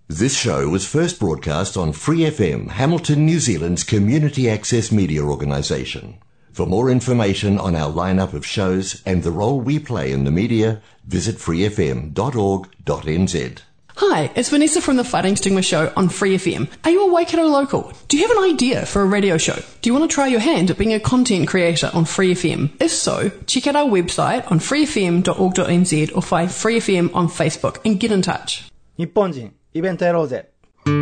This show was first broadcast on Free FM, Hamilton, New Zealand's community access media organisation. For more information on our lineup of shows and the role we play in the media, visit freefm.org.nz. Hi, it's Vanessa from the Fighting Stigma Show on Free FM. Are you a Waikato local? Do you have an idea for a radio show? Do you want to try your hand at being a content creator on Free FM? If so, check out our website on freefm.org.nz or find Free FM on Facebook and get in touch. 日本人イベントやろうぜ。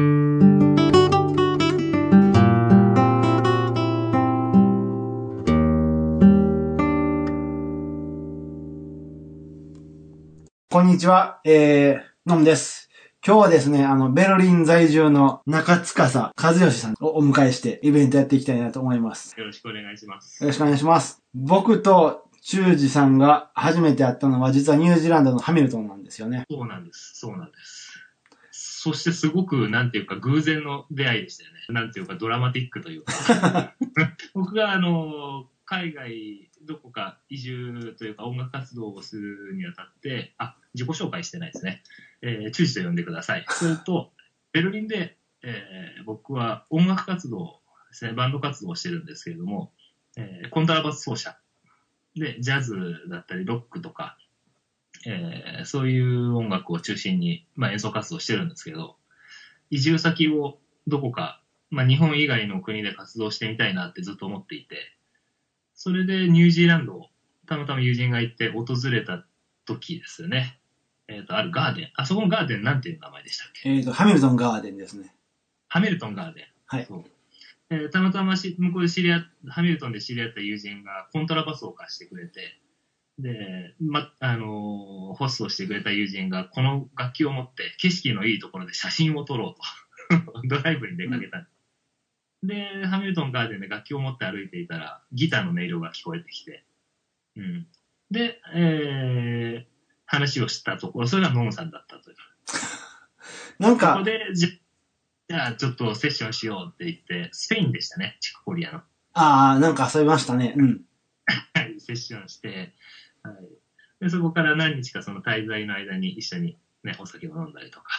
こんにちは、のむです。今日はですね、ベルリン在住の中司和義さんをお迎えしてイベントやっていきたいなと思います。 よろしくお願いします。 よろしくお願いします。僕と修二さんが初めて会ったのは実はニュージーランドのハミルトンなんですよね。 そうなんです。そしてすごく、なんていうか、偶然の出会いでしたよね。なんていうか、ドラマティックというか。僕が、海外、どこか移住というか、音楽活動をするにあたって、自己紹介してないですね。チュージと呼んでください。それと、ベルリンで、僕は音楽活動ですね、バンド活動をしてるんですけれども、コントラバス奏者で、ジャズだったり、ロックとか、そういう音楽を中心に、演奏活動してるんですけど、移住先をどこか、日本以外の国で活動してみたいなってずっと思っていて、それでニュージーランドをたまたま友人が行って訪れた時ですよね。あるガーデン。そこのガーデンなんていう名前でしたっけ？ ハミルトンガーデンですね。 ハミルトンガーデン。 はい。 そうたまたま向こうでハミルトンで知り合った友人がコントラバスを貸してくれて、で、ホストをしてくれた友人がこの楽器を持って景色のいいところで写真を撮ろうとドライブに出かけたんです。で、ハミルトンガーデンで楽器を持って歩いていたらギターの音色が聞こえてきて、で、話をしたところ、それがノンさんだったという。 なんか、 そこで、じゃあちょっとセッションしようって言って、スペインでしたね、チクコリアの。 なんか遊びましたね。 はい、セッションして、はい。で、そこから何日かその滞在の間に一緒にね、お酒を飲んだりとか。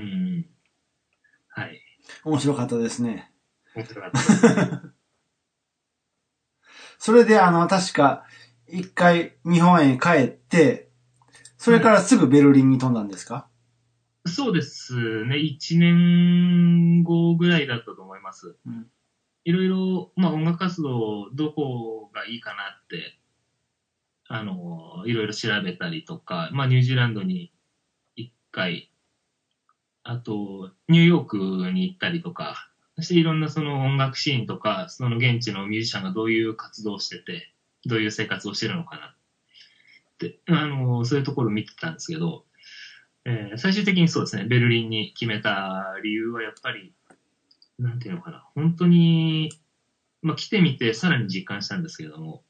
はい。 面白かったですね。 面白かったです。 それで確か、一回日本へ帰って、それからすぐベルリンに飛んだんですか？ そうですね。1年後ぐらいだったと思います。いろいろ、音楽活動、どこがいいかなって、いろいろ調べたりとか、ニュージーランドに一回、あと、ニューヨークに行ったりとか、そしていろんなその音楽シーンとか、その現地のミュージシャンがどういう活動をしてて、どういう生活をしてるのかなって、そういうところを見てたんですけど、最終的にそうですね、ベルリンに決めた理由はやっぱり、なんていうのかな、本当に、来てみてさらに実感したんですけれども、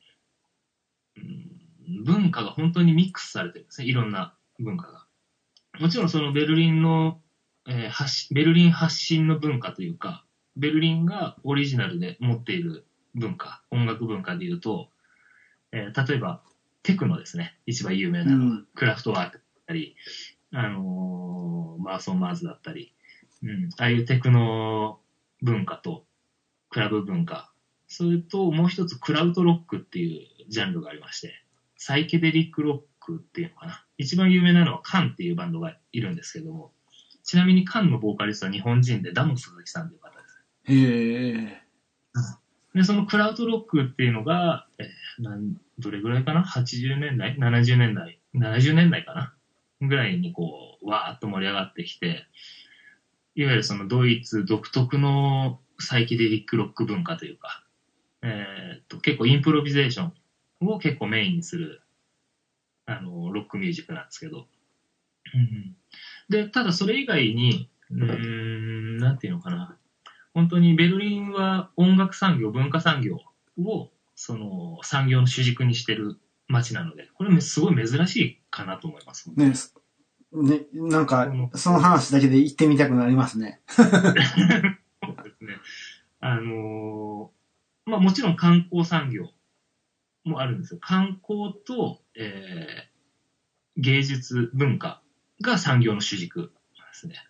文化が本当にミックスされてるんですね、いろんな文化が。もちろんそのベルリンの、ベルリン発信の文化というか、ベルリンがオリジナルで持っている文化、音楽文化でいうと、例えばテクノですね、一番有名なのは、クラフトワークだったり、マーソン・マーズだったり、ああいうテクノ文化とクラブ文化、それともう一つクラウドロックっていうジャンルがありまして、サイケデリックロックっていうのかな。一番有名なのはカンっていうバンドがいるんですけども、ちなみにカンのボーカリストは日本人でダモ鈴木さんという方です。 へえ。 で、そのクラウドロックっていうのが、どれぐらいかな ?80 年代 ?70 年代 ?70 年代かなぐらいにわーっと盛り上がってきて、いわゆるそのドイツ独特のサイケデリックロック文化というか、結構インプロビゼーションを結構メインにする、ロックミュージックなんですけど。で、ただそれ以外に、なんていうのかな。本当にベルリンは音楽産業、文化産業を、その産業の主軸にしてる街なので、これすごい珍しいかなと思います。 ね、なんか、その話だけで行ってみたくなりますね。 そうですね。もちろん観光産業もあるんですよ。観光と、芸術文化が産業の主軸ですね。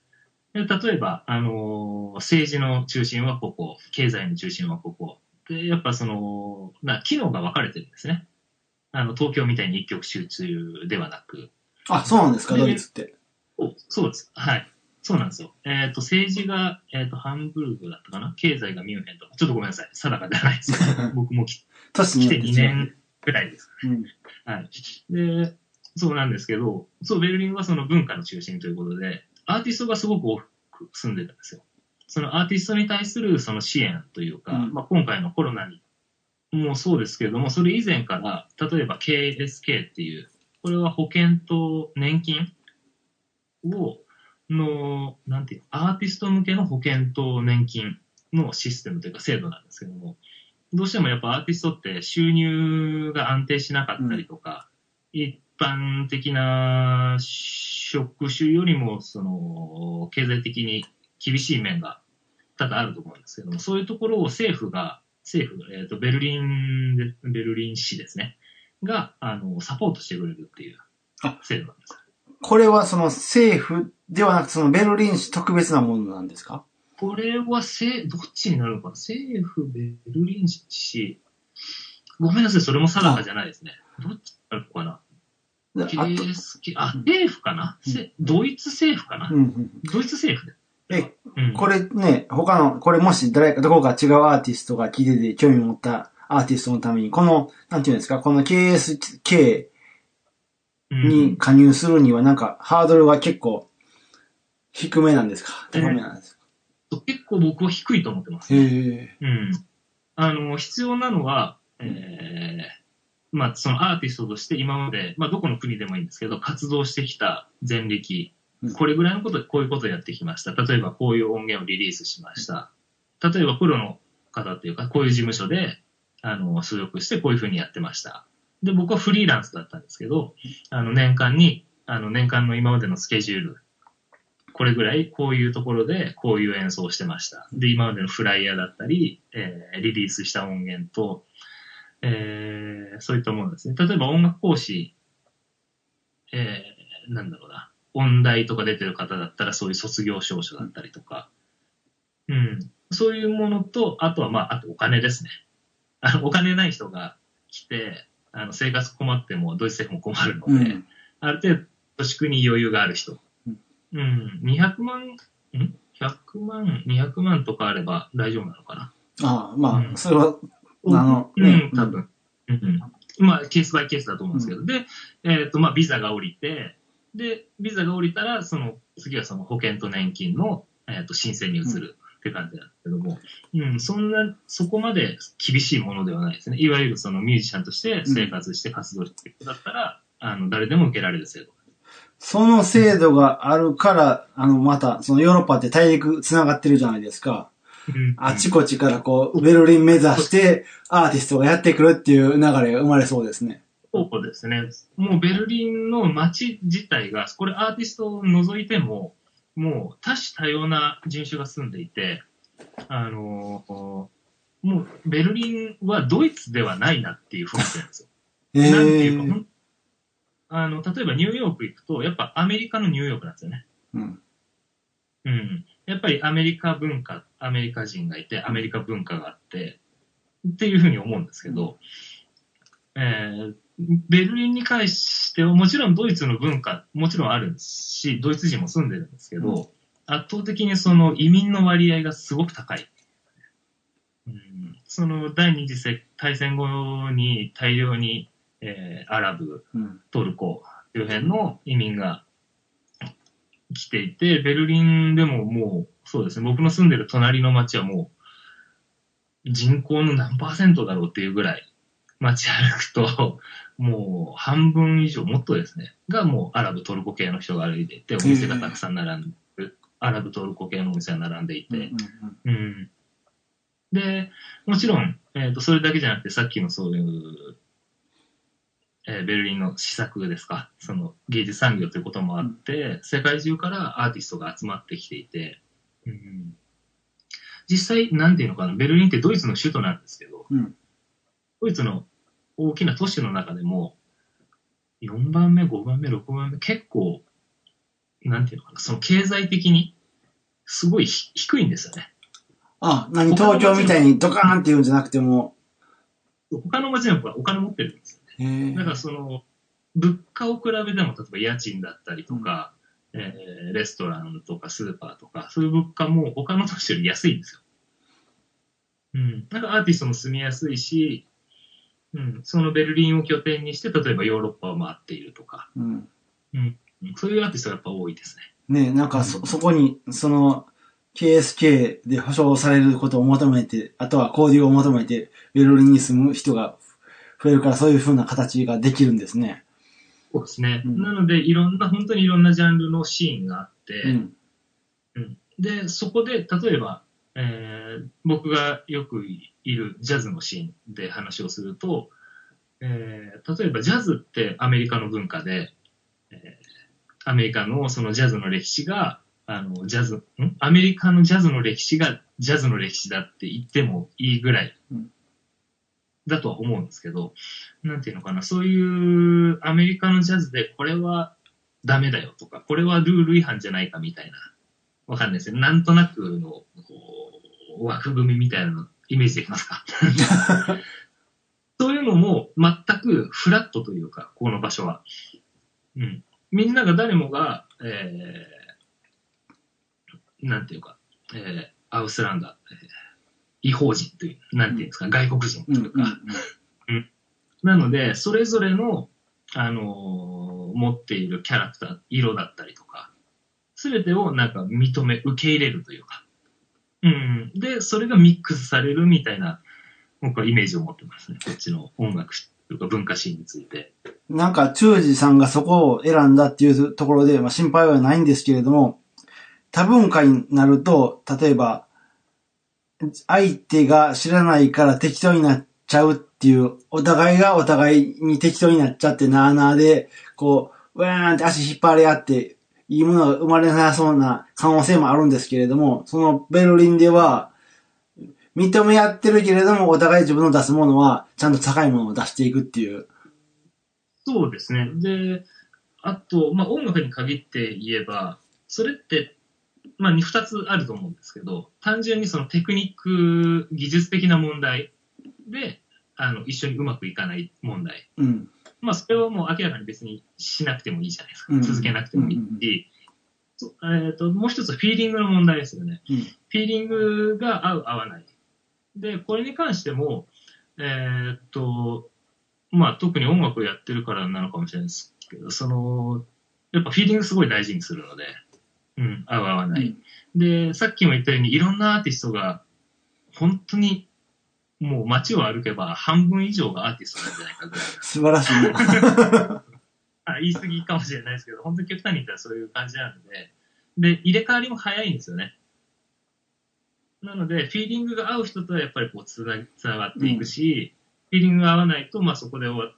で例えば、政治の中心はここ、経済の中心はここ。で、やっぱ機能が分かれてるんですね。東京みたいに一極集中ではなく。 あ、そうなんですか、 でドイツって。 そうです。はい。そうなんですよ。政治が、ハンブルグだったかな、経済がミュンヘンとか。ちょっとごめんなさい。定かじゃないですけど、僕も来て2年くらいです。 うん。 はい。で、そうなんですけど、そう、ベルリンはその文化の中心ということで、アーティストがすごく多く住んでたんですよ。そのアーティストに対するその支援というか、まあ、今回のコロナにもそうですけれども、それ以前から、例えば KSK っていう、これは保険と年金なんていうアーティスト向けの保険と年金のシステムというか制度なんですけども、どうしてもやっぱアーティストって収入が安定しなかったりとか、一般的な職種よりも、経済的に厳しい面が多々あると思うんですけども、そういうところをベルリン市ですね、が、サポートしてくれるっていう制度なんです。 これはその政府ではなくそのベルリン市特別なものなんですか？ これはどっちになるのかな、政府、ベルリン市、ごめんなさい、それも定かじゃないですね。どっちになるのかな。政府かな、ドイツ政府かな、ドイツ政府で。 これね、これもしどこか違うアーティストが聞いてて興味持ったアーティストのために、なんていうんですか、この KSK に加入するにはなんかハードルが結構低めなんですか？高めなんですか？ 結構僕は低いと思ってますね。必要なのは、まあ、そのアーティストとして今まで、まあ、どこの国でもいいんですけど、活動してきた前歴、これぐらいのこと、こういうことをやってきました。例えば、こういう音源をリリースしました。例えば、プロの方っていうか、こういう事務所で、所属してこういうふうにやってました。で、僕はフリーランスだったんですけど、年間の今までのスケジュール、これぐらい、こういうところで、こういう演奏をしてました。で、今までのフライヤーだったり、リリースした音源と、そういったものですね。例えば音楽講師、なんだろうな、音大とか出てる方だったらそういう卒業証書だったりとか、そういうものと、あとはまあ、あとお金ですね。お金ない人が来て、生活困っても、ドイツ政府も困るので、ある程度、都市区に余裕がある人。200万、100万、200万とかあれば大丈夫なのかな。 まあ、それは、 多分。まあ、ケースバイケースだと思うんですけど。で、まあ、ビザが降りて、で、ビザが降りたら、次はその保険と年金の、申請に移るって感じなんですけども、そこまで厳しいものではないですね。いわゆるそのミュージシャンとして生活して活動していくだったら、誰でも受けられる制度。 その制度があるから、また、そのヨーロッパって大陸繋がってるじゃないですか。あちこちからベルリン目指してアーティストがやってくるっていう流れが生まれそうですね。 そうですね。もうベルリンの街自体が、これアーティストを除いても、もう多種多様な人種が住んでいて、もうベルリンはドイツではないなっていう雰囲気なんですよ。なんていうか、例えばニューヨーク行くと、やっぱアメリカのニューヨークなんですよね。やっぱりアメリカ人がいて、アメリカ文化があって、っていうふうに思うんですけど、ベルリンに関してはもちろんドイツの文化、もちろんあるし、ドイツ人も住んでるんですけど、圧倒的にその移民の割合がすごく高い。その第二次大戦後に大量に、アラブ、トルコ周辺の移民が来ていて、ベルリンでももう、そうですね、僕の住んでる隣の町はもう、人口の何%だろうっていうぐらい、街歩くと、もう半分以上、もっとですね、がもうアラブ、トルコ系の人が歩いていて、お店がたくさん並んでる、アラブ、トルコ系のお店が並んでいて、で、もちろん、それだけじゃなくて、さっきのそういう、ベルリンの施策ですか、その芸術産業ということもあって、世界中からアーティストが集まってきていて、実際、なんていうのかな、ベルリンってドイツの首都なんですけど、ドイツの大きな都市の中でも、4番目、5番目、6番目、結構、なんていうのかな、その経済的にすごい低いんですよね。 東京みたいにドカーンっていうんじゃなくても。 他の街なんかお金持ってるんですよね。だから物価を比べても、例えば家賃だったりとか、レストランとかスーパーとか、そういう物価も他の都市より安いんですよ。なんかアーティストも住みやすいし、そのベルリンを拠点にして、例えばヨーロッパを回っているとか、そういうアーティストがやっぱ多いですね。ね、なんかそこに、KSK で保証されることを求めて、あとは交流を求めて、ベルリンに住む人が増えるから、そういう風な形ができるんですね。 そうですね。なので、本当にいろんなジャンルのシーンがあって、で、そこで、例えば、僕がよくいるジャズのシーンで話をすると、例えばジャズってアメリカの文化で、アメリカのそのジャズの歴史が、アメリカのジャズの歴史がジャズの歴史だって言ってもいいぐらいだとは思うんですけど、なんていうのかな、そういうアメリカのジャズでこれはダメだよとか、これはルール違反じゃないかみたいな、わかんないですよ。なんとなくの枠組みみたいなのイメージできますかそういうのも全くフラットというか、この場所は。みんなが誰もが、なんていうか、アウスランダー、違法人という、なんていうんですか、外国人というか。なので、それぞれの、持っているキャラクター、色だったりとか、すべてをなんか受け入れるというか。で、それがミックスされるみたいな、僕はイメージを持ってますね。こっちの音楽というか文化シーンについて。 なんか、チュージさんがそこを選んだっていうところで、心配はないんですけれども、多文化になると、例えば、相手が知らないから適当になっちゃうっていう、お互いがお互いに適当になっちゃってなーなーで、こう、ウェーンって足引っ張り合って、いいものが生まれなさそうな可能性もあるんですけれども、そのベルリンでは、認め合ってるけれども、お互い自分の出すものは、ちゃんと高いものを出していくっていう。 そうですね。で、あと、音楽に限って言えば、それって、二つあると思うんですけど、単純にそのテクニック、技術的な問題で、一緒にうまくいかない問題。それはもう明らかに別にしなくてもいいじゃないですか。続けなくてもいいし、もう一つフィーリングの問題ですよね。フィーリングが合う合わない。で、これに関しても、特に音楽をやってるからなのかもしれないですけど、やっぱフィーリングすごい大事にするので、合う合わない。で、さっきも言ったようにいろんなアーティストが、本当にもう街を歩けば半分以上がアーティストなんじゃないかぐらい。 素晴らしい。 言い過ぎかもしれないですけど、本当に極端に言ったらそういう感じなので、で、入れ替わりも早いんですよね。なので、フィーリングが合う人とはやっぱりこうつながっていくし、フィーリングが合わないと、そこで終わって、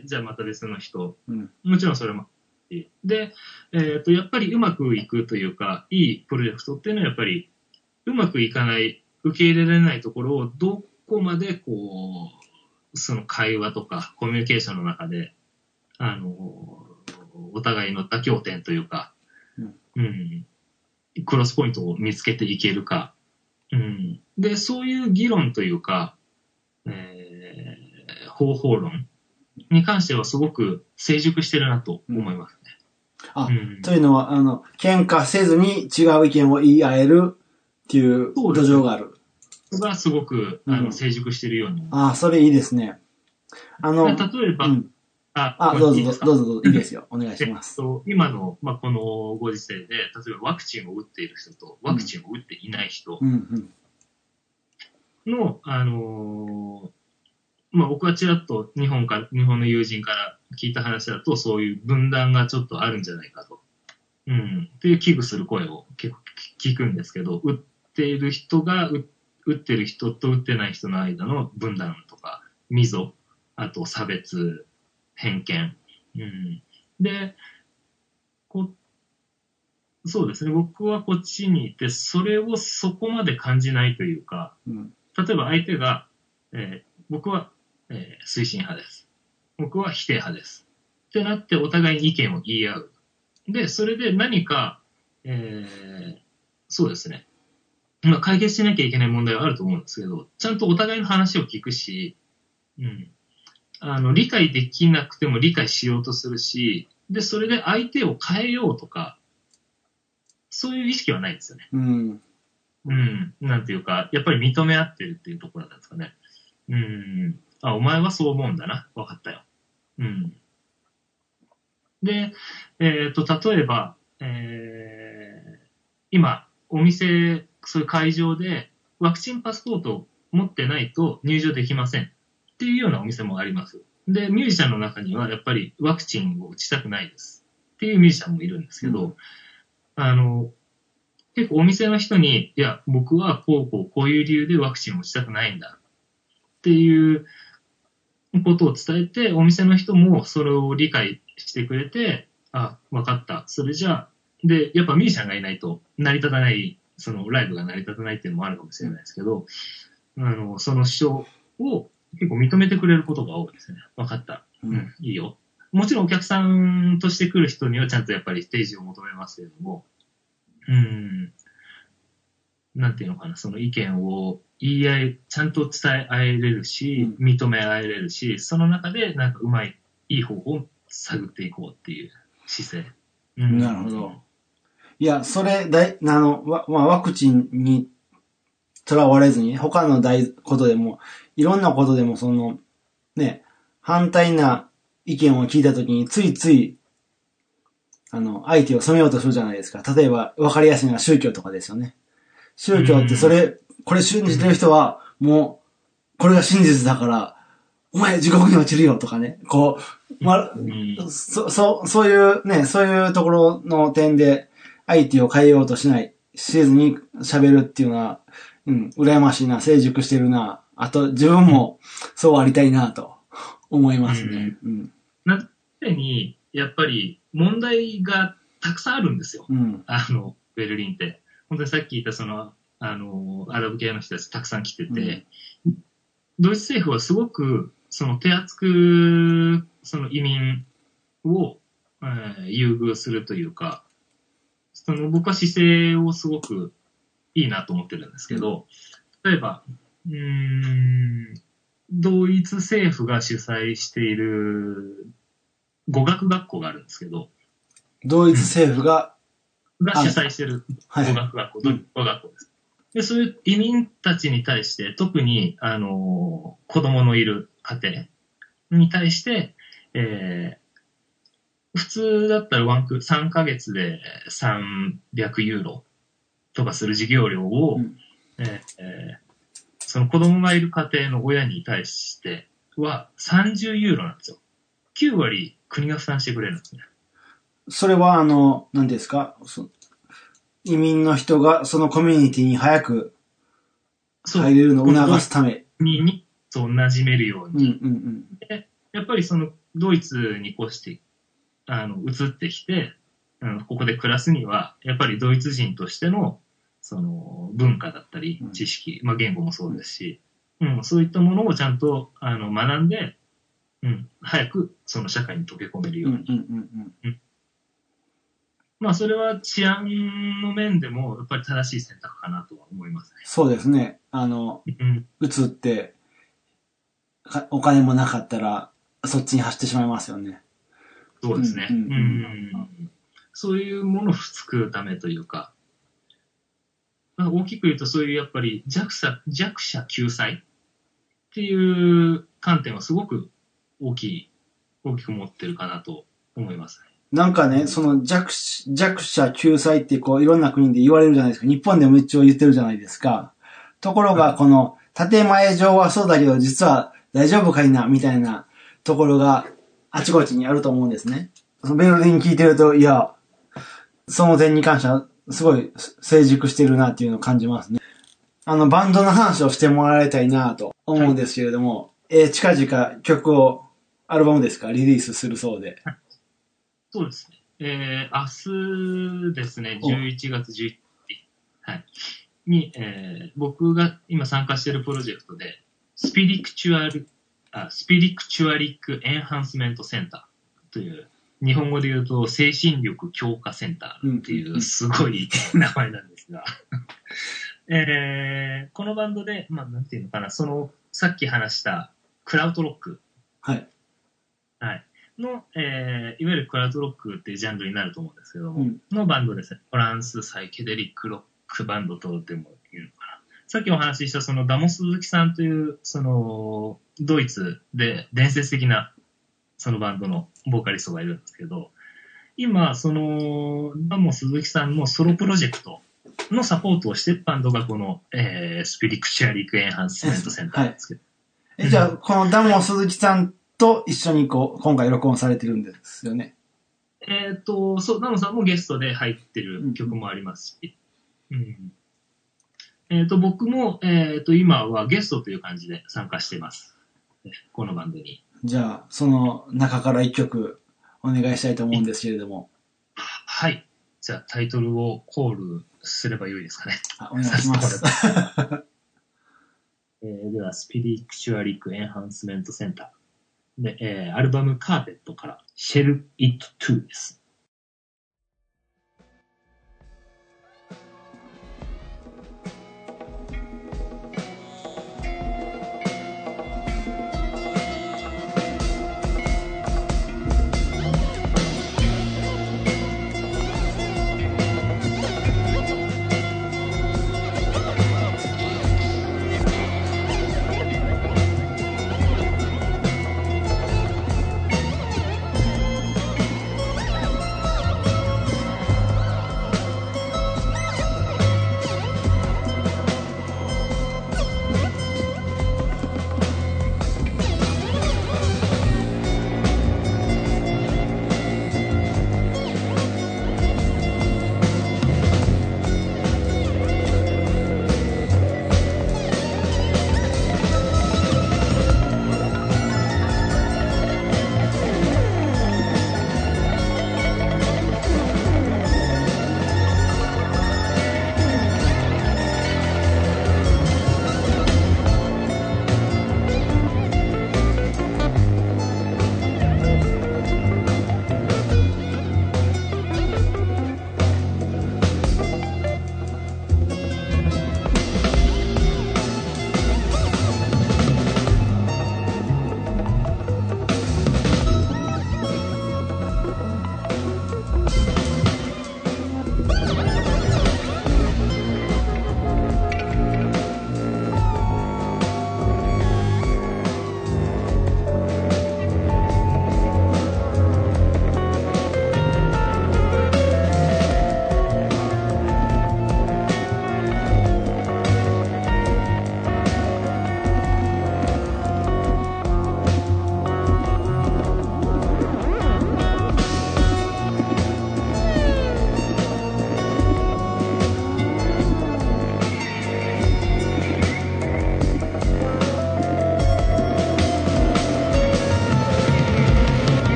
じゃあまた別の人。もちろんそれも。で、やっぱりうまくいくというか、いいプロジェクトっていうのはやっぱり、うまくいかない、受け入れられないところをどこまでこう、その会話とかコミュニケーションの中で、お互いの妥協点というか、クロスポイントを見つけていけるか。で、そういう議論というか、方法論に関してはすごく成熟してるなと思いますね。 というのは、喧嘩せずに違う意見を言い合えるっていう土壌がある。 それがすごく、成熟してるように。 それいいですね。 例えば、 どうぞ、いいですよ。お願いします。 今の、このご時世で、例えばワクチンを打っている人と、ワクチンを打っていない人の、僕はちらっと日本の友人から聞いた話だと、そういう分断がちょっとあるんじゃないかと。っていう危惧する声を結構聞くんですけど、打っている人が、打ってる人と打ってない人の間の分断とか、溝、あと差別、偏見。で、そうですね、僕はこっちにいて、それをそこまで感じないというか、例えば相手が、僕は、推進派です。僕は否定派です。ってなってお互いに意見を言い合う。で、それで何か、 そうですね。まあ、解決しなきゃいけない問題はあると思うんですけど、ちゃんとお互いの話を聞くし、うん。理解できなくても理解しようとするし、で、それで相手を変えようとか、そういう意識はないですよね。 うん。 うん。なんていうか、やっぱり認め合ってるっていうところなんですかね。うん。あ、お前はそう思うんだな。わかったよ。うん。で、例えば、今、お店、そういう会場で、ワクチンパスポートを持ってないと入場できませんっていうようなお店もあります。で、ミュージシャンの中にはやっぱりワクチンを打ちたくないですっていうミュージシャンもいるんですけど、結構お店の人に、いや、僕はこういう理由でワクチンを打ちたくないんだっていうことを伝えて、お店の人もそれを理解してくれて、あ、わかった。それじゃあ、で、やっぱミュージシャンがいないと成り立たない、そのライブが成り立たないっていうのもあるかもしれないですけど、その主張を結構認めてくれることが多いですね。わかった。うん、いいよ。もちろんお客さんとして来る人にはちゃんとやっぱりステージを求めますけれども、なんていうのかな、その意見を言い合い、ちゃんと伝え合えれるし、認め合えれるし、その中でなんかうまい、いい方法を探っていこうっていう姿勢。 なるほど。いや、それ、ワクチンにとらわれずに、他のことでも、いろんなことでも、ね、反対な意見を聞いたときに、ついつい、相手を染めようとするじゃないですか。例えば、わかりやすいのは宗教とかですよね。宗教ってこれ信じてる人は、もう、これが真実だから、お前地獄に落ちるよとかね。そういうね、そういうところの点で、相手を変えようとしずに喋るっていうのは、羨ましいな、成熟してるな。あと、自分もそうありたいな、と思いますね。 なんでに、やっぱり問題がたくさんあるんですよ。ベルリンって。本当にさっき言ったアラブ系の人たちたくさん来てて、ドイツ政府はすごく、手厚く、移民を、優遇するというか、僕は姿勢をすごくいいなと思ってるんですけど、例えば、ドイツ政府が主催している語学学校があるんですけど、 ドイツ政府が主催している語学学校、語学校です。で、そういう移民たちに対して、特に、子供のいる家庭に対して、普通だったら3ヶ月で300ユーロとかする授業料を、その子供がいる家庭の親に対しては30ユーロなんですよ。9割国が負担してくれるんですね。 それは何ですか？移民の人がそのコミュニティに早く入れるのを促すため。 に馴染めるように。でやっぱりドイツに越して、移ってきて、ここで暮らすには、やっぱりドイツ人としての、文化だったり、知識、言語もそうですし、そういったものをちゃんと、学んで、早くその社会に溶け込めるように。それは治安の面でも、やっぱり正しい選択かなとは思いますね。 そうですね。移って、お金もなかったら、そっちに走ってしまいますよね。 そうですね。そういうものを救うためというか、大きく言うとそういうやっぱり弱者救済っていう観点はすごく大きく持ってるかなと思いますね。 なんかね、その弱者救済っていろんな国で言われるじゃないですか。日本でも一応言ってるじゃないですか。ところが、この建前上はそうだけど、実は大丈夫かいな、みたいなところがあちこちにあると思うんですね。ベルリン聞いてると、いや、その点に関してはすごい成熟してるなっていうのを感じますね。バンドの話をしてもらいたいなと思うんですけれども、近々曲を、アルバムですか、リリースするそうで。 そうですね。明日ですね、11月11日、に、僕が今参加しているプロジェクトで、スピリクチュアリックエンハンスメントセンターという日本語で言うと、精神力強化センターっていうすごい名前なんですが、このバンドで、まあ、なんていうのかな、さっき話したクラウドロック。 はい。 はい。の、いわゆるクラウドロックっていうジャンルになると思うんですけども、のバンドですね。トランスサイケデリックロックバンドとでも言うのかな。さっきお話ししたダモ鈴木さんという、ドイツで伝説的なそのバンドのボーカリストがいるんですけど、今、ダモ鈴木さんのソロプロジェクトのサポートをしているバンドがこの、スピリクチュアリックエンハンスメントセンターなんですけど。 はい、じゃあ、このダモ鈴木さんと一緒に今回録音されてるんですよね。 そう、ダモさんもゲストで入ってる曲もありますし、僕も、今はゲストという感じで参加しています。このバンドに。 じゃあ、その中から一曲お願いしたいと思うんですけれども。 はい。じゃあ、タイトルをコールすればよいですかね。 お願いします。 では、スピリクチュアリックエンハンスメントセンター。で、アルバムカーペットから、シェル・イット・トゥです。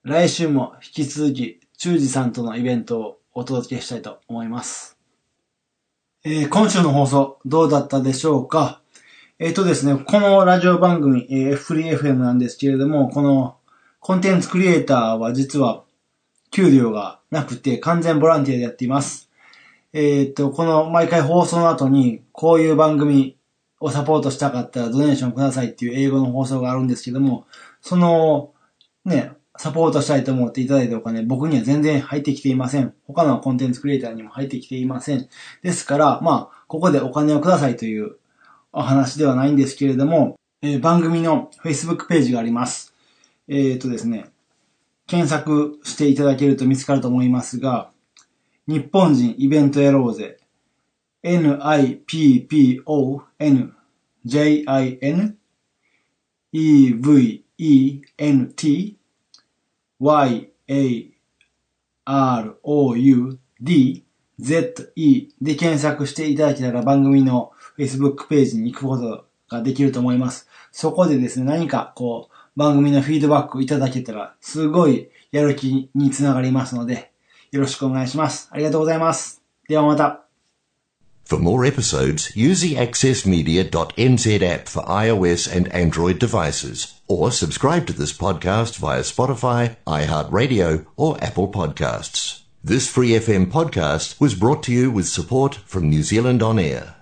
来週も引き続き、中治さんとのイベントをお届けしたいと思います。今週の放送、どうだったでしょうか？ですね、このラジオ番組、フリー FM なんですけれども、このコンテンツクリエイターは実は、給料がなくて完全ボランティアでやっています。この毎回放送の後に、こういう番組をサポートしたかったらドネーションくださいっていう英語の放送があるんですけども、その、ね、サポートしたいと思っていただいたお金、僕には全然入ってきていません。他のコンテンツクリエイターにも入ってきていません。ですから、ここでお金をくださいというお話ではないんですけれども、番組の Facebook ページがあります。ですね、検索していただけると見つかると思いますが、日本人イベントやろうぜ。NIPPONJINEVENTYROUDZE で検索していただけたら番組の Facebook ページに行くことができると思います。そこでですね、何か番組のフィードバックいただけたらすごいやる気につながりますので、よろしくお願いします。ありがとうございます。ではまた。 For more episodes, use the accessmedia.nz app for iOS and Android devices, or subscribe to this podcast via Spotify, iHeartRadio, or Apple Podcasts. This Free FM podcast was brought to you with support from New Zealand On Air.